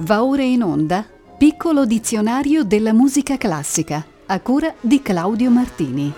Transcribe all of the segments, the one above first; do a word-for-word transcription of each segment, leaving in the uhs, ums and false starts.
Va ora in onda Piccolo dizionario della musica classica, a cura di Claudio Martini.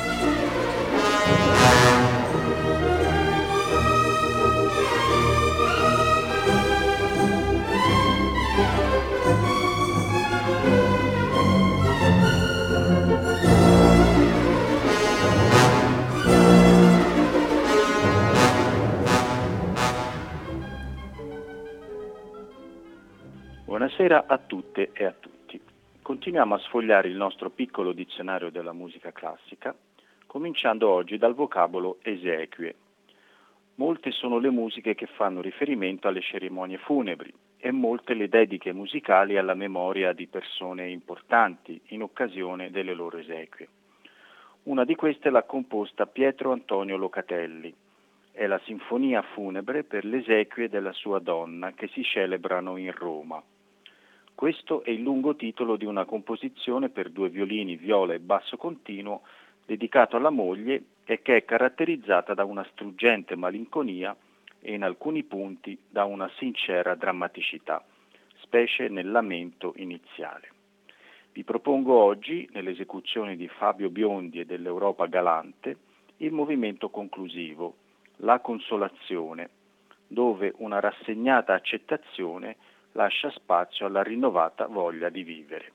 Buonasera a tutte e a tutti. Continuiamo a sfogliare il nostro piccolo dizionario della musica classica, cominciando oggi dal vocabolo esequie. Molte sono le musiche che fanno riferimento alle cerimonie funebri e molte le dediche musicali alla memoria di persone importanti in occasione delle loro esequie. Una di queste l'ha composta Pietro Antonio Locatelli. È la sinfonia funebre per le esequie della sua donna che si celebrano in Roma. Questo è il lungo titolo di una composizione per due violini, viola e basso continuo dedicato alla moglie e che è caratterizzata da una struggente malinconia e in alcuni punti da una sincera drammaticità, specie nel lamento iniziale. Vi propongo oggi, nell'esecuzione di Fabio Biondi e dell'Europa Galante, il movimento conclusivo, La Consolazione, dove una rassegnata accettazione lascia spazio alla rinnovata voglia di vivere.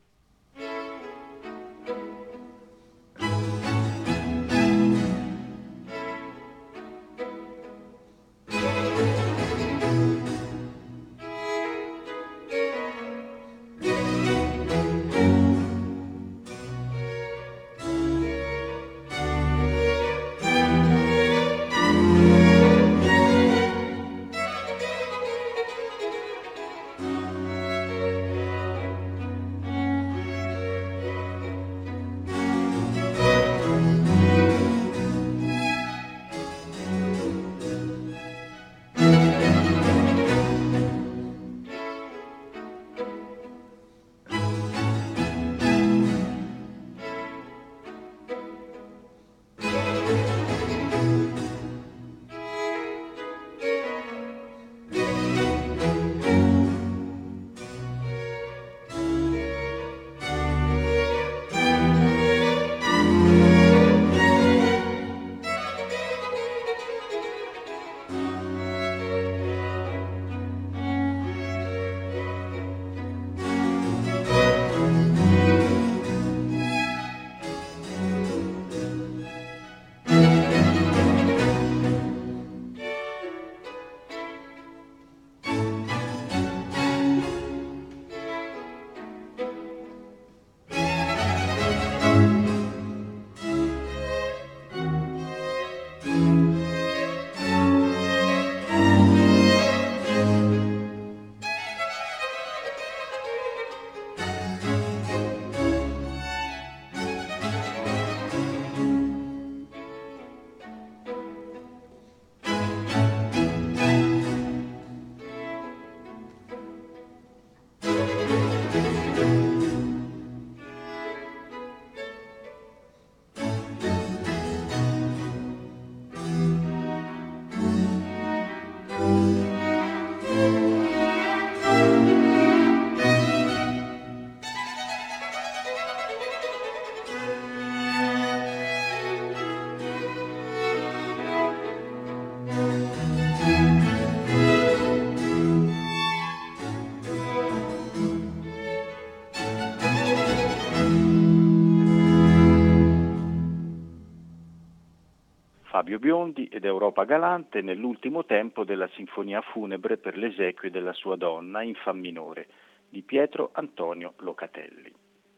Fabio Biondi ed Europa Galante nell'ultimo tempo della sinfonia funebre per le esequie della sua donna in fa minore di Pietro Antonio Locatelli.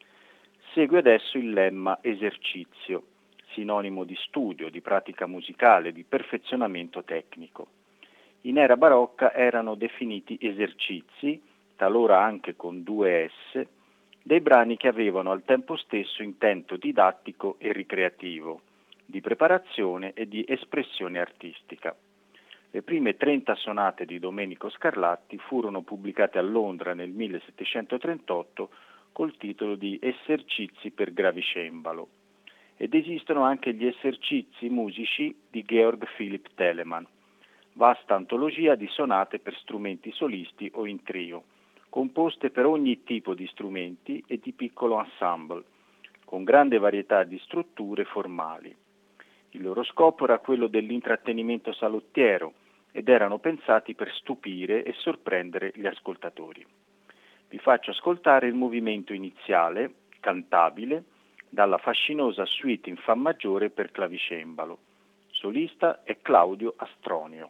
Segue adesso il lemma esercizio, sinonimo di studio, di pratica musicale, di perfezionamento tecnico. In era barocca erano definiti esercizi, talora anche con due S, dei brani che avevano al tempo stesso intento didattico e ricreativo, di preparazione e di espressione artistica. Le prime trenta sonate di Domenico Scarlatti furono pubblicate a Londra nel millesettecentotrentotto col titolo di Esercizi per gravicembalo ed esistono anche gli esercizi musici di Georg Philipp Telemann, vasta antologia di sonate per strumenti solisti o in trio, composte per ogni tipo di strumenti e di piccolo ensemble, con grande varietà di strutture formali. Il loro scopo era quello dell'intrattenimento salottiero ed erano pensati per stupire e sorprendere gli ascoltatori. Vi faccio ascoltare il movimento iniziale, cantabile, dalla fascinosa suite in fa maggiore per clavicembalo. Solista è Claudio Astronio.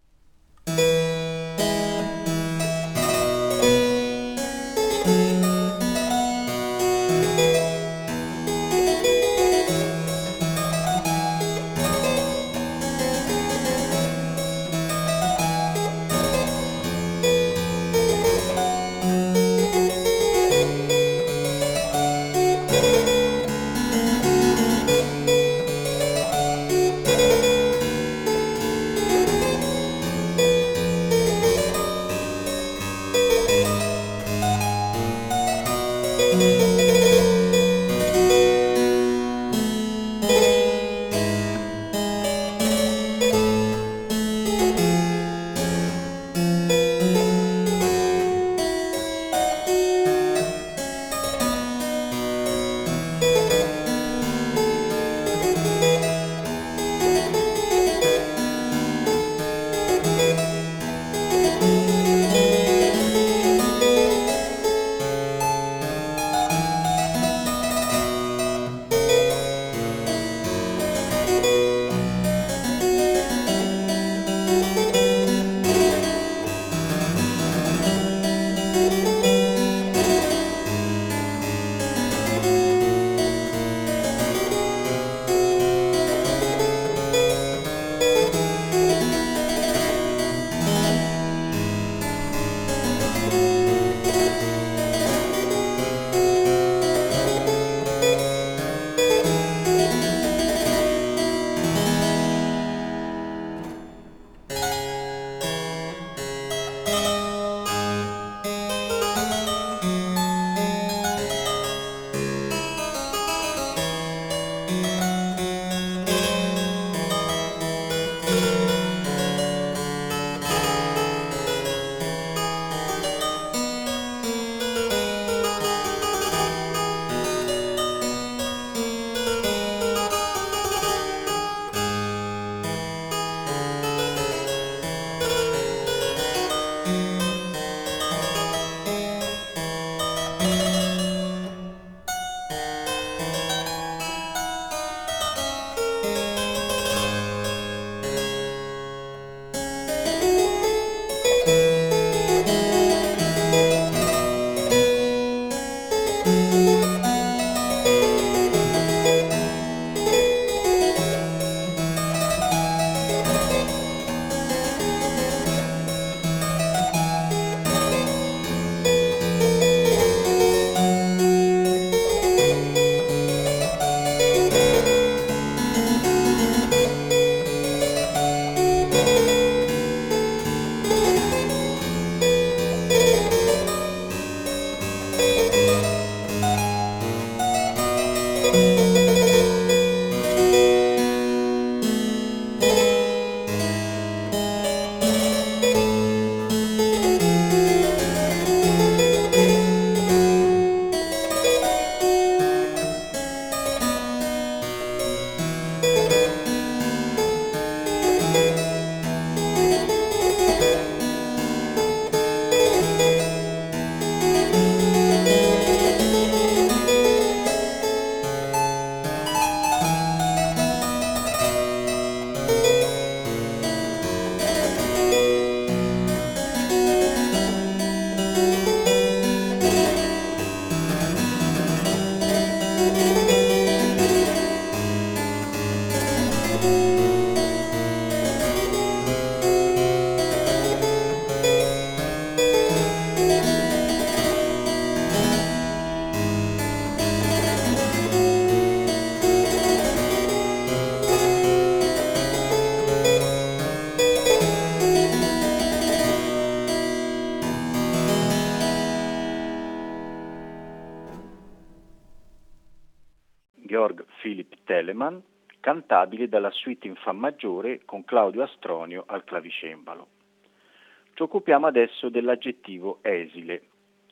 Georg Philipp Telemann, cantabili dalla suite in fa maggiore con Claudio Astronio al clavicembalo. Ci occupiamo adesso dell'aggettivo esile,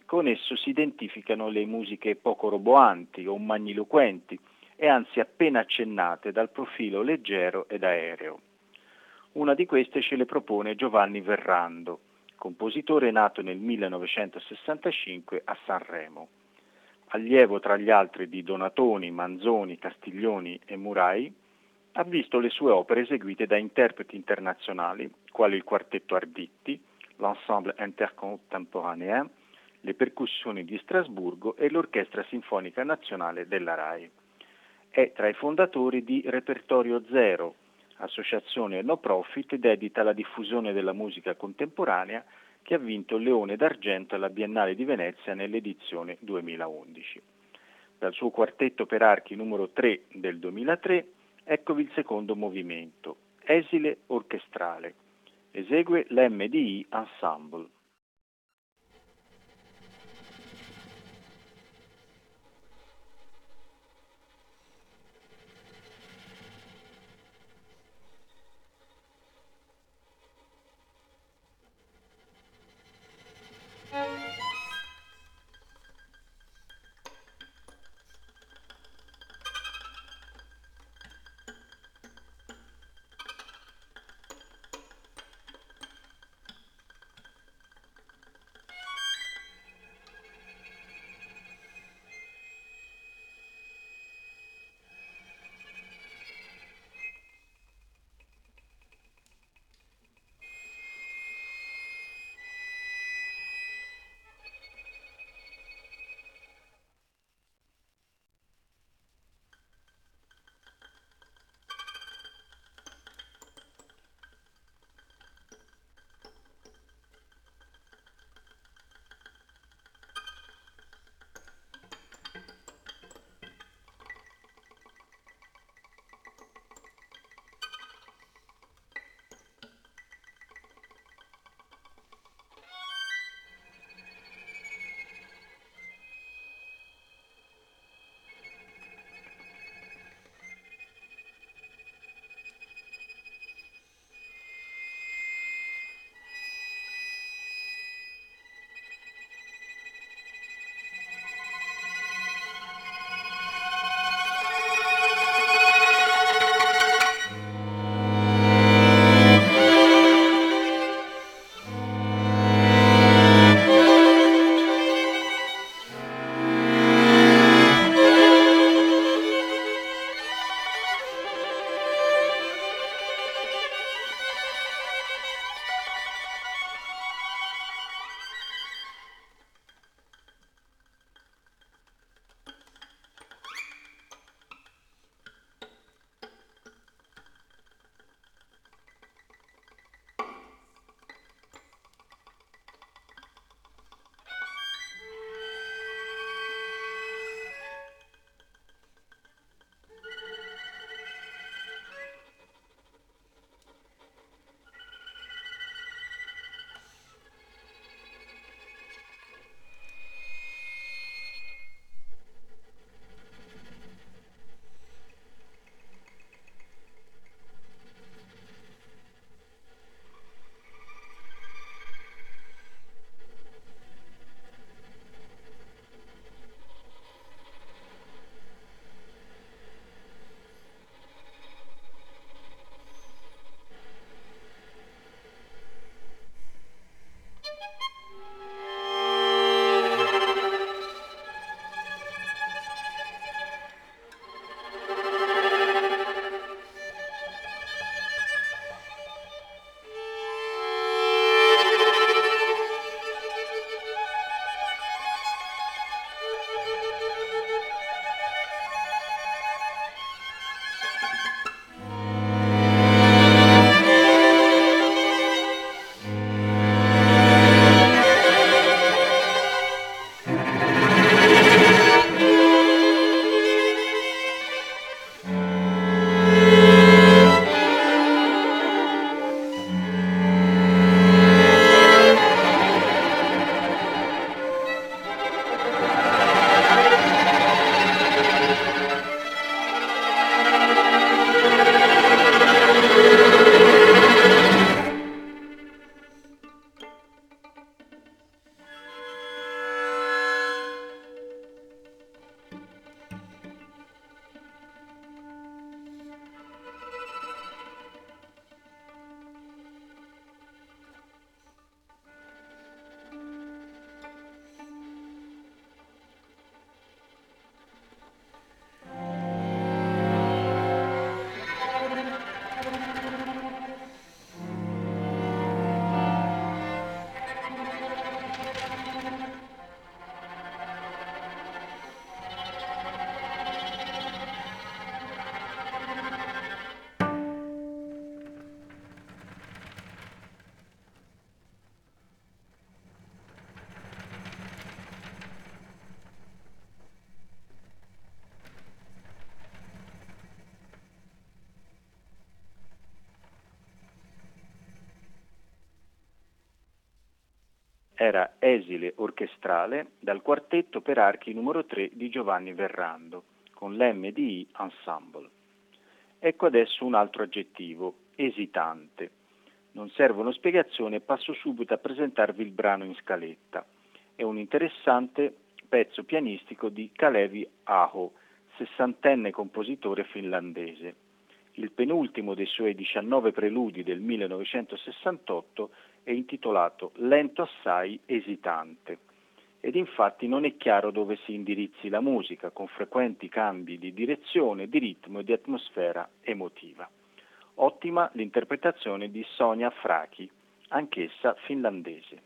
Con esso si identificano le musiche poco roboanti o magniloquenti e anzi appena accennate dal profilo leggero ed aereo. Una di queste ce le propone Giovanni Verrando, compositore nato nel millenovecentosessantacinque a Sanremo. Allievo tra gli altri di Donatoni, Manzoni, Castiglioni e Murai, ha visto le sue opere eseguite da interpreti internazionali, quali il quartetto Arditi, l'ensemble intercontemporanéen, le percussioni di Strasburgo e l'Orchestra Sinfonica Nazionale della RAI. È tra i fondatori di Repertorio Zero, associazione no profit dedita alla diffusione della musica contemporanea che ha vinto il Leone d'Argento alla Biennale di Venezia nell'edizione duemilaundici. Dal suo quartetto per archi numero tre del duemilatré, eccovi il secondo movimento, Esile orchestrale. Esegue l'M D I Ensemble. era esile orchestrale dal quartetto per archi numero tre di Giovanni Verrando, con l'M D I Ensemble. Ecco adesso un altro aggettivo, esitante. Non servono spiegazioni e passo subito a presentarvi il brano in scaletta. È un interessante pezzo pianistico di Kalevi Aho, sessantenne compositore finlandese. Il penultimo dei suoi diciannove preludi del millenovecentosessantotto è intitolato Lento assai esitante ed infatti non è chiaro dove si indirizzi la musica, con frequenti cambi di direzione, di ritmo e di atmosfera emotiva. Ottima l'interpretazione di Sonia Fraki, anch'essa finlandese.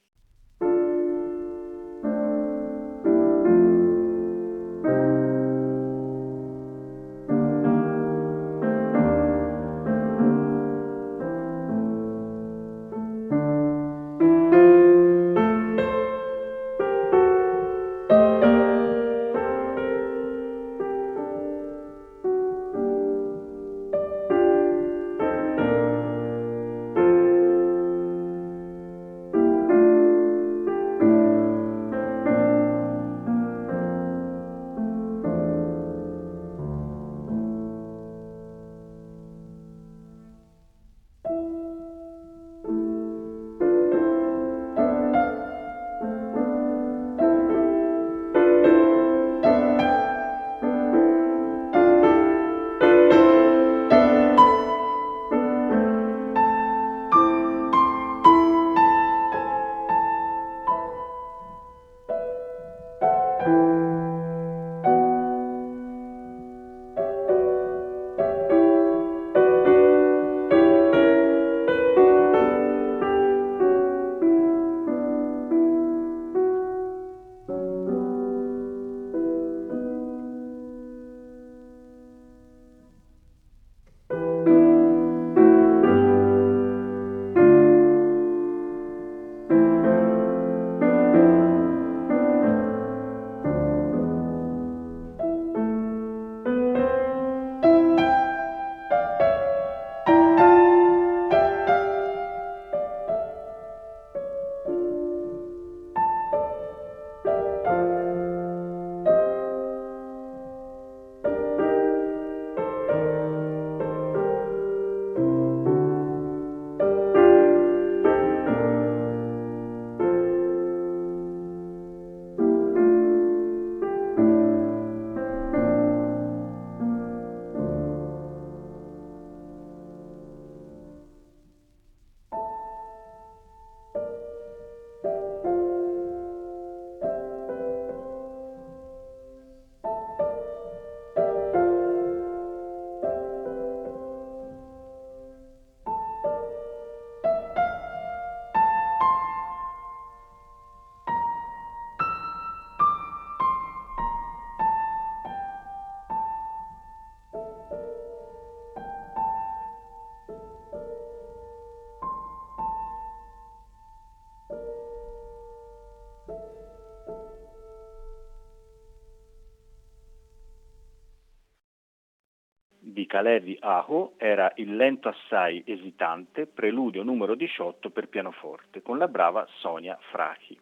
Di Kalevi Aho era il Lento assai esitante, preludio numero diciotto per pianoforte, con la brava Sonia Fraki.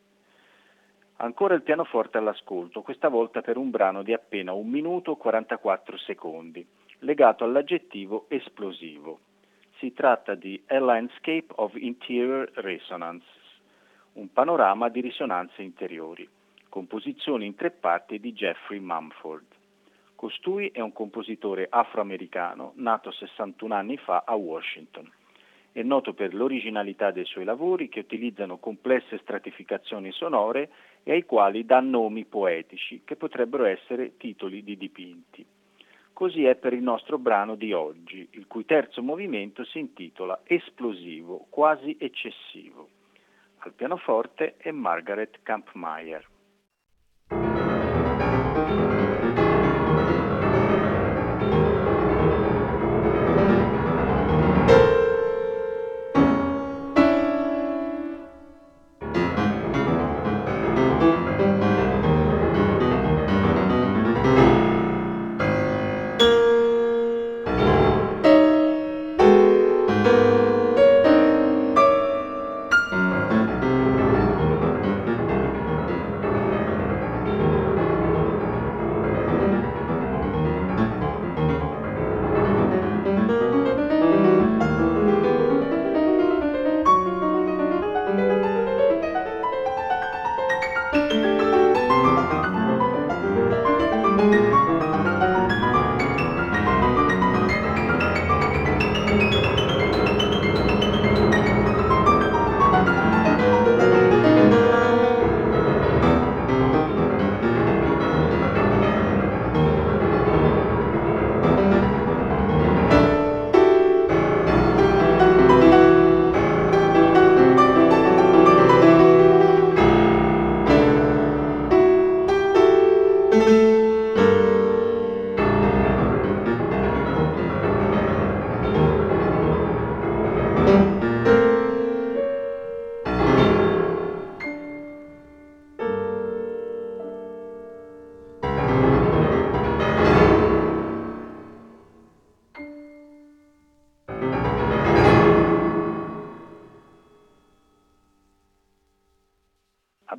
Ancora il pianoforte all'ascolto, questa volta per un brano di appena un minuto e quarantaquattro secondi, legato all'aggettivo esplosivo. Si tratta di A Landscape of Interior Resonances, un panorama di risonanze interiori, composizione in tre parti di Jeffrey Mumford. Costui è un compositore afroamericano nato sessantuno anni fa a Washington. È noto per l'originalità dei suoi lavori che utilizzano complesse stratificazioni sonore e ai quali dà nomi poetici che potrebbero essere titoli di dipinti. Così è per il nostro brano di oggi, il cui terzo movimento si intitola Esplosivo, quasi eccessivo. Al pianoforte è Margaret Kampmeier.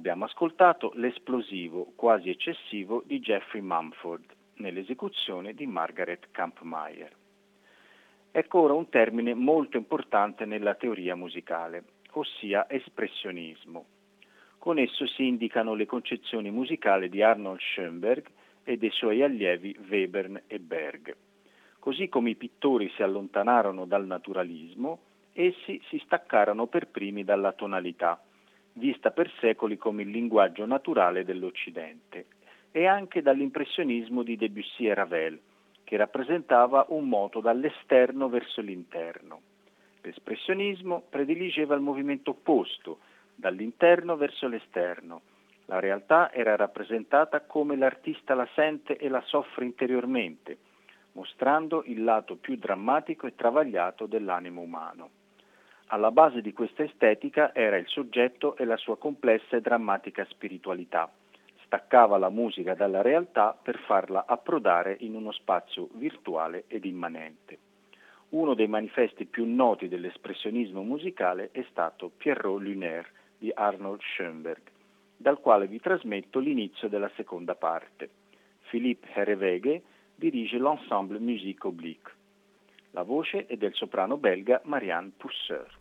Abbiamo ascoltato l'esplosivo, quasi eccessivo, di Jeffrey Mumford, nell'esecuzione di Margaret Kampmeier. Ecco ora un termine molto importante nella teoria musicale, ossia espressionismo. Con esso si indicano le concezioni musicali di Arnold Schoenberg e dei suoi allievi Webern e Berg. Così come i pittori si allontanarono dal naturalismo, essi si staccarono per primi dalla tonalità, vista per secoli come il linguaggio naturale dell'Occidente, e anche dall'impressionismo di Debussy e Ravel, che rappresentava un moto dall'esterno verso l'interno. L'espressionismo prediligeva il movimento opposto, dall'interno verso l'esterno. La realtà era rappresentata come l'artista la sente e la soffre interiormente, mostrando il lato più drammatico e travagliato dell'animo umano. Alla base di questa estetica era il soggetto e la sua complessa e drammatica spiritualità. Staccava la musica dalla realtà per farla approdare in uno spazio virtuale ed immanente. Uno dei manifesti più noti dell'espressionismo musicale è stato Pierrot Lunaire di Arnold Schoenberg, dal quale vi trasmetto l'inizio della seconda parte. Philippe Herreweghe dirige l'ensemble Musique Oblique. La voce è del soprano belga Marianne Pousseur.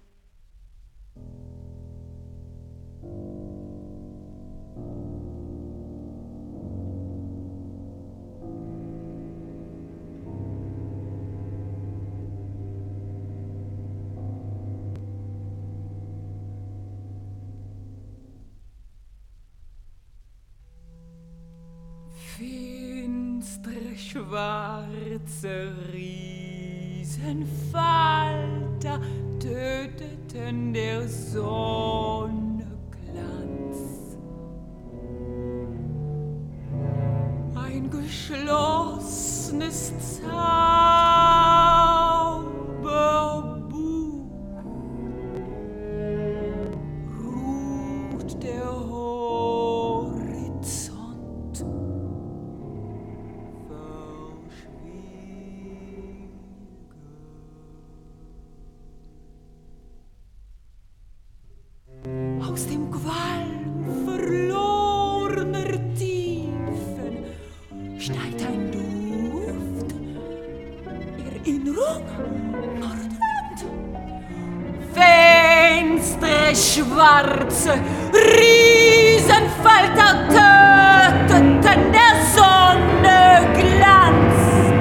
Finstere schwarze Riesenfalter töteten der Sonne Glanz. Ein geschlossenes Zauberbuch ruht der Horizont. Aus dem Qualm verlorener Tiefen steigt ein Duft, Erinnerung mordend. Finstere schwarze Riesenfalter töteten der Sonne Glanz.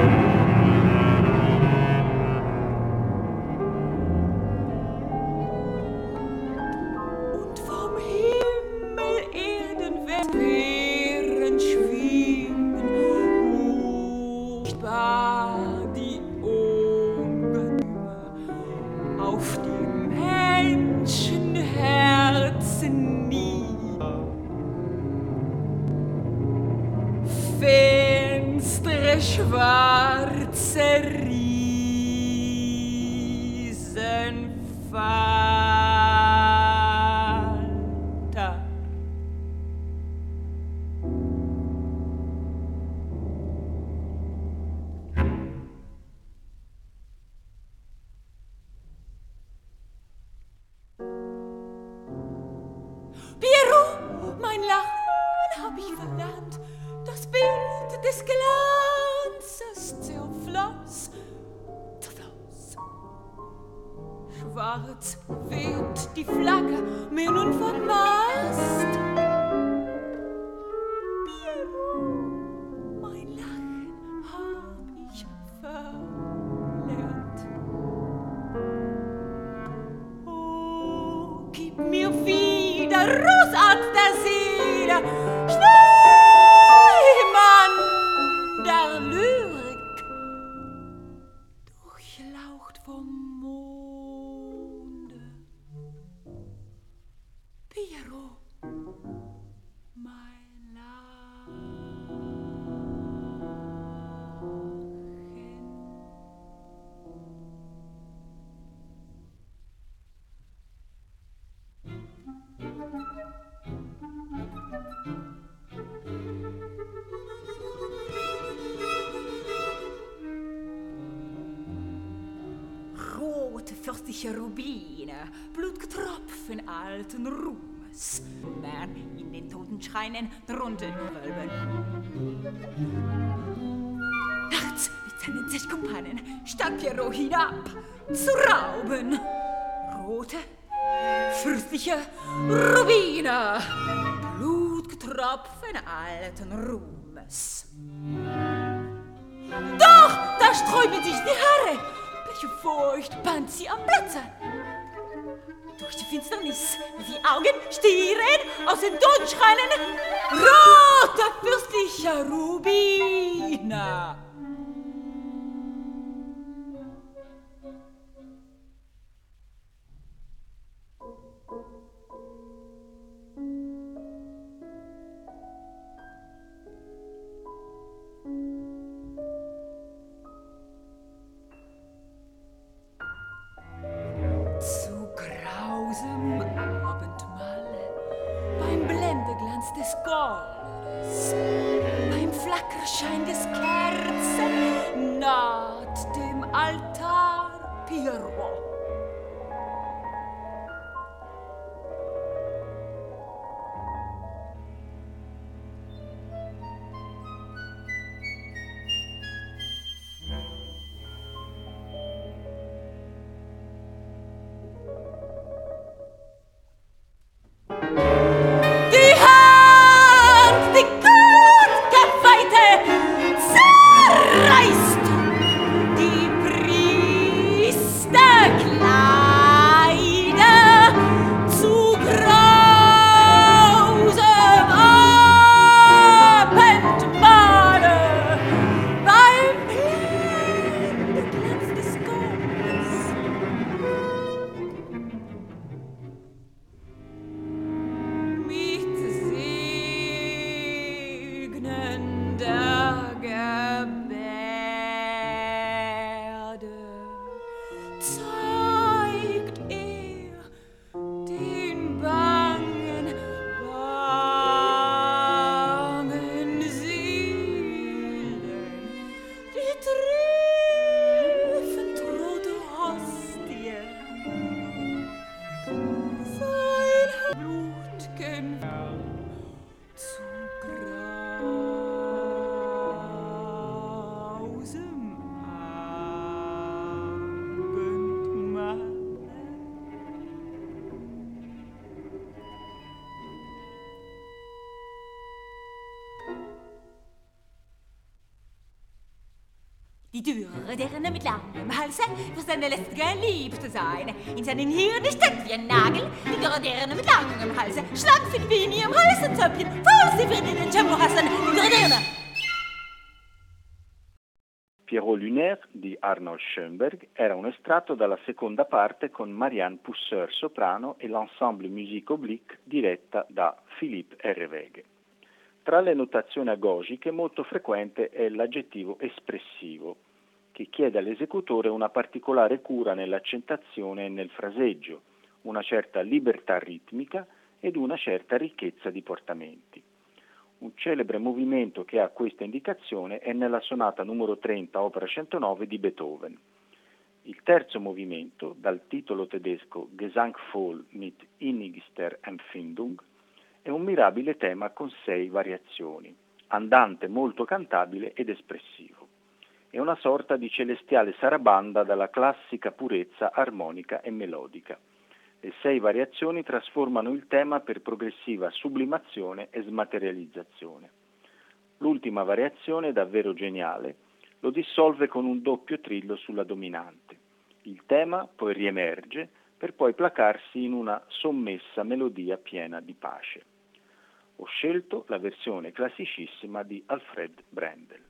Schwarze Riesenfalter. Pierrot, mein Lachen hab ich verlernt, das Bild des Glanzes zerfloss, zerfloss. Schwarz weht die Flagge mir nun vom Mast. Pierrot, mein Lachen hab ich verlernt. Oh, gib mir wieder Rosart der Seele, Schneemann der Lyrik, durchlaucht vom Monde. Pierrot, mein Lachen. Rote fürstliche Rubine, blutgetropfen alten Ruhmes. Ruhmes. Mann in den Totenschreinen drunten wölben. Nachts mit seinen sechs Kumpanen steigt Pierrot hinab zu rauben. Rote, fürstliche Rubine, Blutgetropfen alten Ruhmes. Doch, da sträuben sich die Haare, welche Furcht band sie am Platze. Durch die Finsternis, die Augen stieren aus den Totenschreinen, rote, fürstliche Rubine. Des Goldes, beim Flackerschein des Kerzen, naht dem Altar Pierrot. Die Dürre, deren er mit langem Halse für seine letzte Geliebte sein. In seinen Hirn steckt wie ein Nagel. Die Dürre, deren er mit langem Halse schlank viel wie in ihrem Halsenzöpfchen. Voll sie wird in den Jammu hassen. Die Dürre, deren Pierrot Lunaire di Arnold Schoenberg era un estratto dalla seconda parte con Marianne Pousseur soprano e l'ensemble musique oblique diretta da Philippe Herreweghe. Tra le notazioni agogiche molto frequente è l'aggettivo espressivo, che chiede all'esecutore una particolare cura nell'accentazione e nel fraseggio, una certa libertà ritmica ed una certa ricchezza di portamenti. Un celebre movimento che ha questa indicazione è nella sonata numero trenta, opera centonove di Beethoven. Il terzo movimento, dal titolo tedesco Gesangvoll mit innigster Empfindung, è un mirabile tema con sei variazioni, andante molto cantabile ed espressivo. È una sorta di celestiale sarabanda dalla classica purezza armonica e melodica. Le sei variazioni trasformano il tema per progressiva sublimazione e smaterializzazione. L'ultima variazione, davvero geniale, lo dissolve con un doppio trillo sulla dominante. Il tema poi riemerge per poi placarsi in una sommessa melodia piena di pace. Ho scelto la versione classicissima di Alfred Brendel.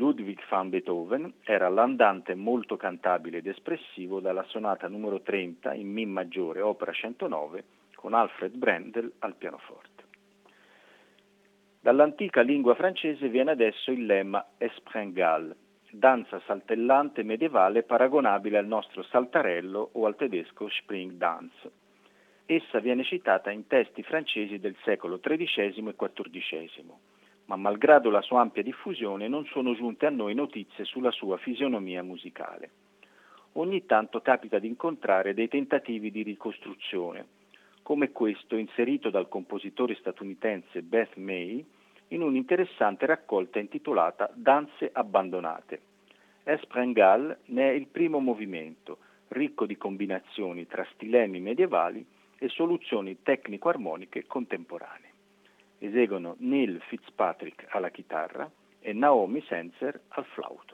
Ludwig van Beethoven era l'andante molto cantabile ed espressivo dalla sonata numero trenta in Mi maggiore, opera centonove, con Alfred Brendel al pianoforte. Dall'antica lingua francese viene adesso il lemma Espringale, danza saltellante medievale paragonabile al nostro saltarello o al tedesco Springdance. Essa viene citata in testi francesi del secolo tredicesimo e quattordicesimo, ma malgrado la sua ampia diffusione non sono giunte a noi notizie sulla sua fisionomia musicale. Ogni tanto capita di incontrare dei tentativi di ricostruzione, come questo inserito dal compositore statunitense Beth May in un'interessante raccolta intitolata Danze abbandonate. Espringale ne è il primo movimento, ricco di combinazioni tra stilemi medievali e soluzioni tecnico-armoniche contemporanee. Eseguono Neil Fitzpatrick alla chitarra e Naomi Senzer al flauto.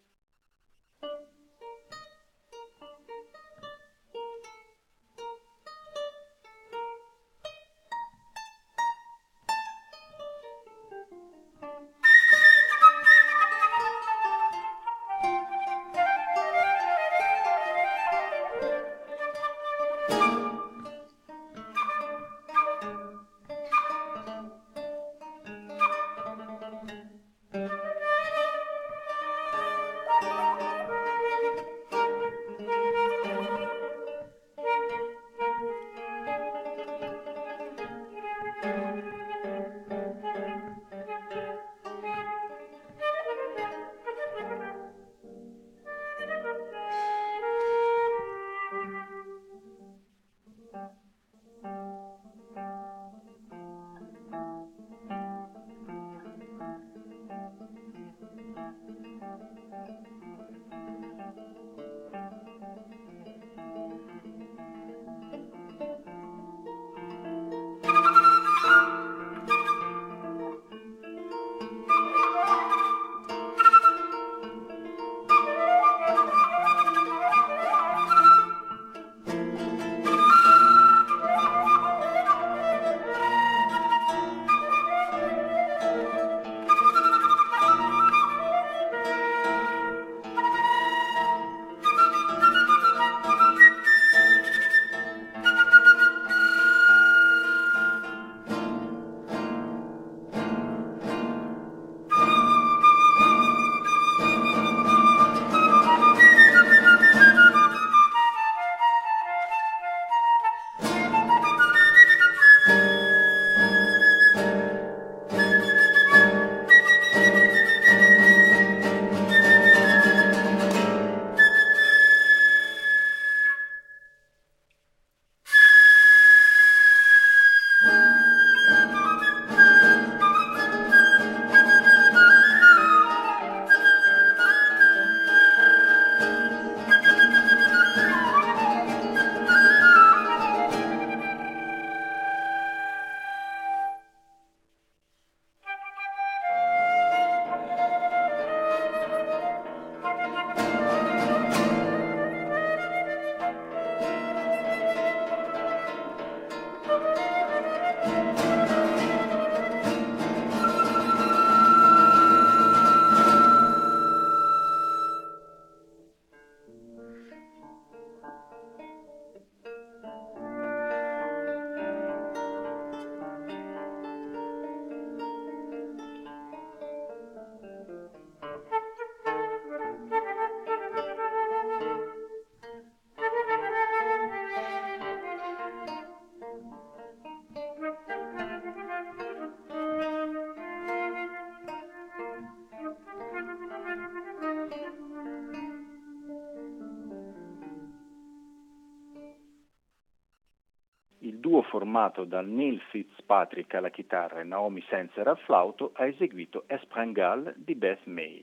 Il duo formato da Neil Fitzpatrick alla chitarra e Naomi Senzer al flauto ha eseguito Espringale di Beth May.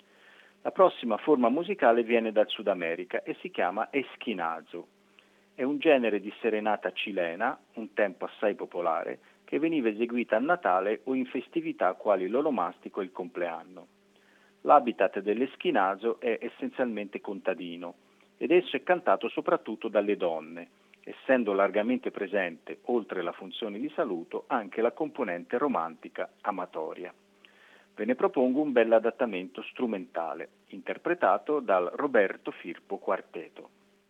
La prossima forma musicale viene dal Sud America e si chiama Esquinazo. È un genere di serenata cilena, un tempo assai popolare, che veniva eseguita a Natale o in festività quali l'Olomastico e il compleanno. L'habitat dell'Esquinazo è essenzialmente contadino ed esso è cantato soprattutto dalle donne, essendo largamente presente, oltre la funzione di saluto, anche la componente romantica amatoria. Ve ne propongo un bel adattamento strumentale, interpretato dal Roberto Firpo Quarteto.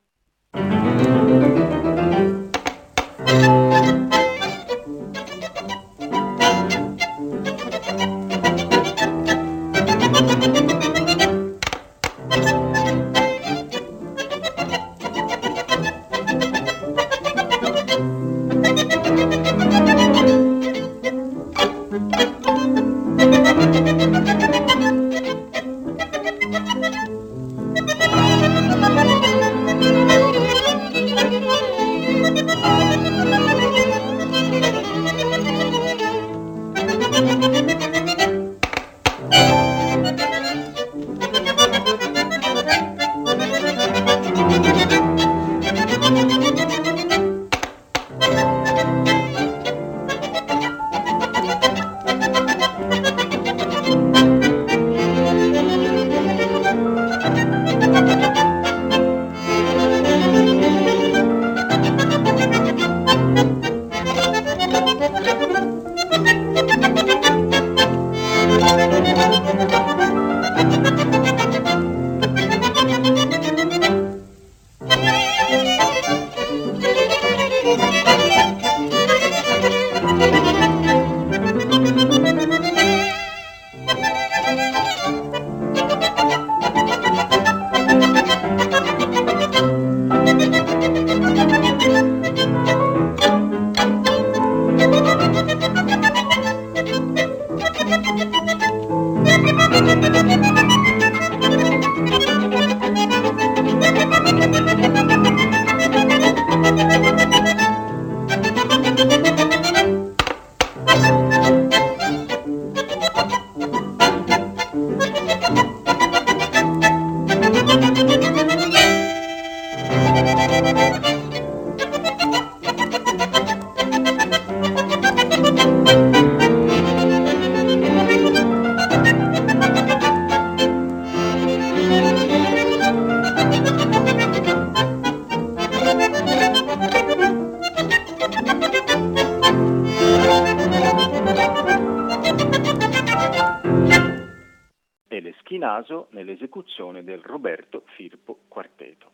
Naso nell'esecuzione del Roberto Firpo Quarteto.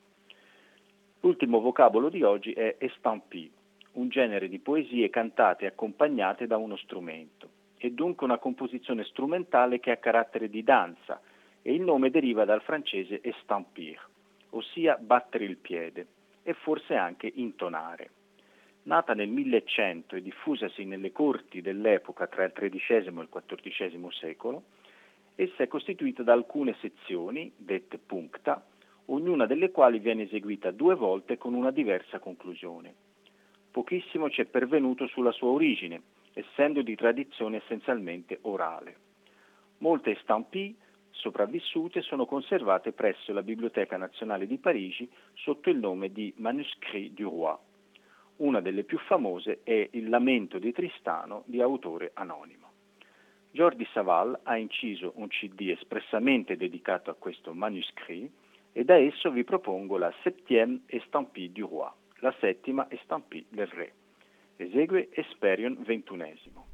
L'ultimo vocabolo di oggi è estampie, un genere di poesie cantate e accompagnate da uno strumento, e dunque una composizione strumentale che ha carattere di danza, e il nome deriva dal francese estampir, ossia battere il piede, e forse anche intonare. Nata nel millecento e diffusasi nelle corti dell'epoca tra il tredicesimo e il quattordicesimo secolo, essa è costituita da alcune sezioni, dette puncta, ognuna delle quali viene eseguita due volte con una diversa conclusione. Pochissimo ci è pervenuto sulla sua origine, essendo di tradizione essenzialmente orale. Molte estampie sopravvissute sono conservate presso la Biblioteca Nazionale di Parigi sotto il nome di Manuscrits du Roi. Una delle più famose è Il Lamento di Tristano di autore anonimo. Jordi Savall ha inciso un C D espressamente dedicato a questo manuscrit e da esso vi propongo la septième estampie du roi, la settima estampie del re. Esegue Esperion ventunesimo.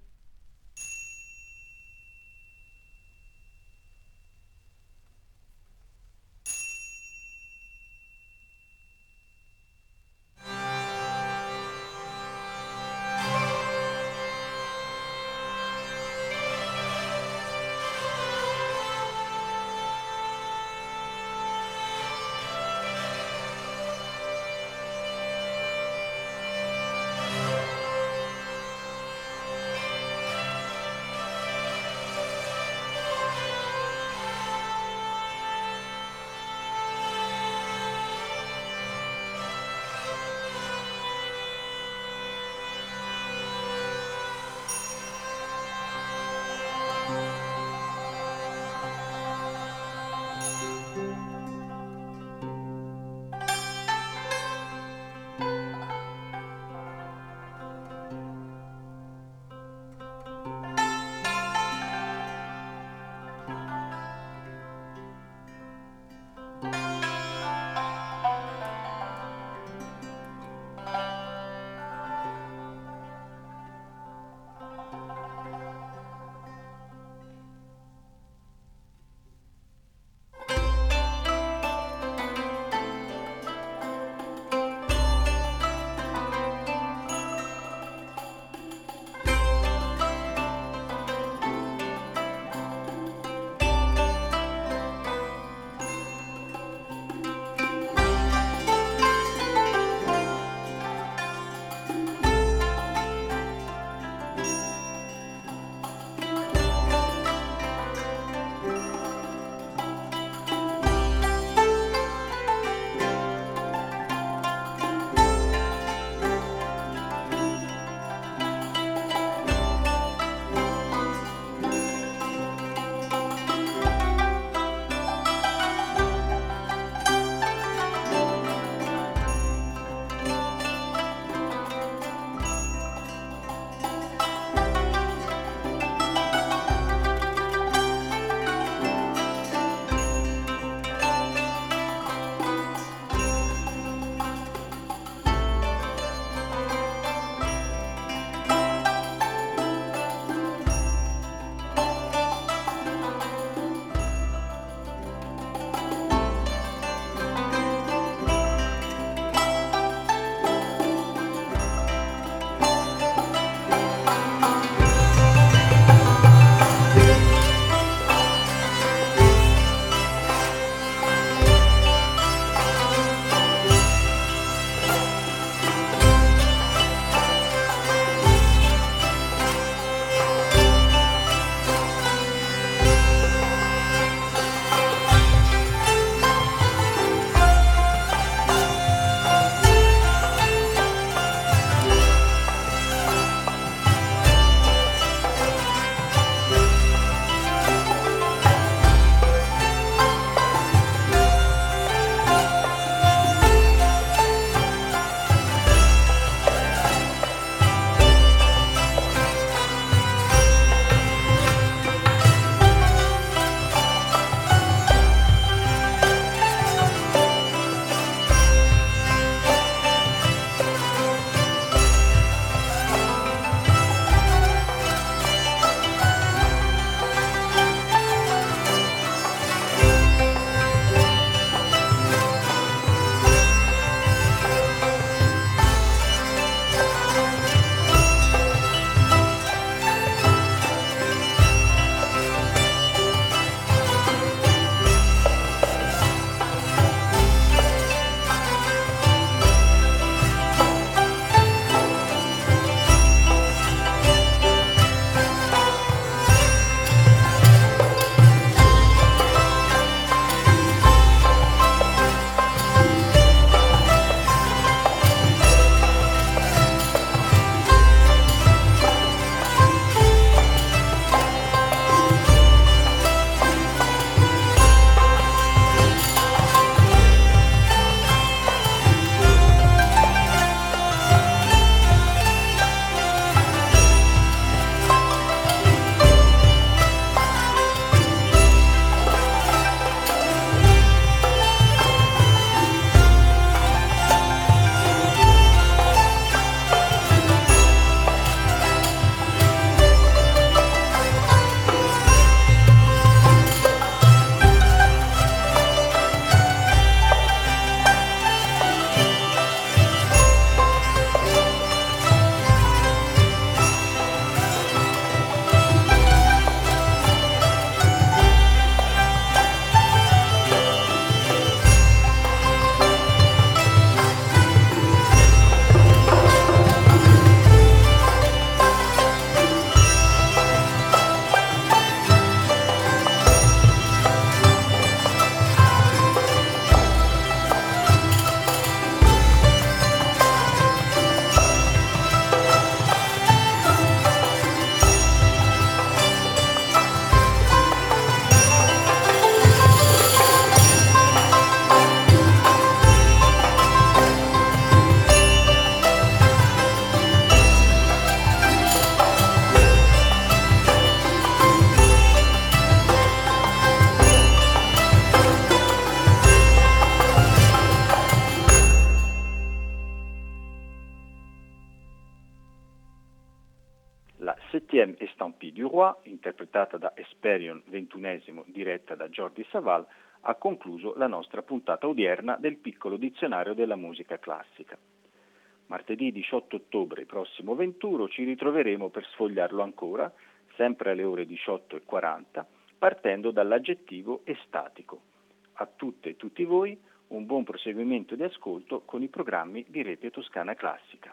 La septième Estampille du Roi, interpretata da Hesperion ventunesimo, diretta da Jordi Savall, ha concluso la nostra puntata odierna del piccolo dizionario della musica classica. Martedì diciotto ottobre prossimo venturo ci ritroveremo per sfogliarlo ancora, sempre alle ore diciotto e quaranta, partendo dall'aggettivo estatico. A tutte e tutti voi un buon proseguimento di ascolto con i programmi di Rete Toscana Classica.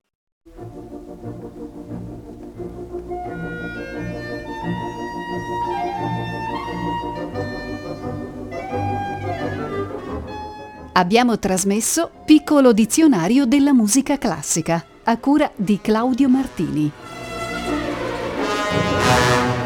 Abbiamo trasmesso Piccolo dizionario della musica classica, a cura di Claudio Martini.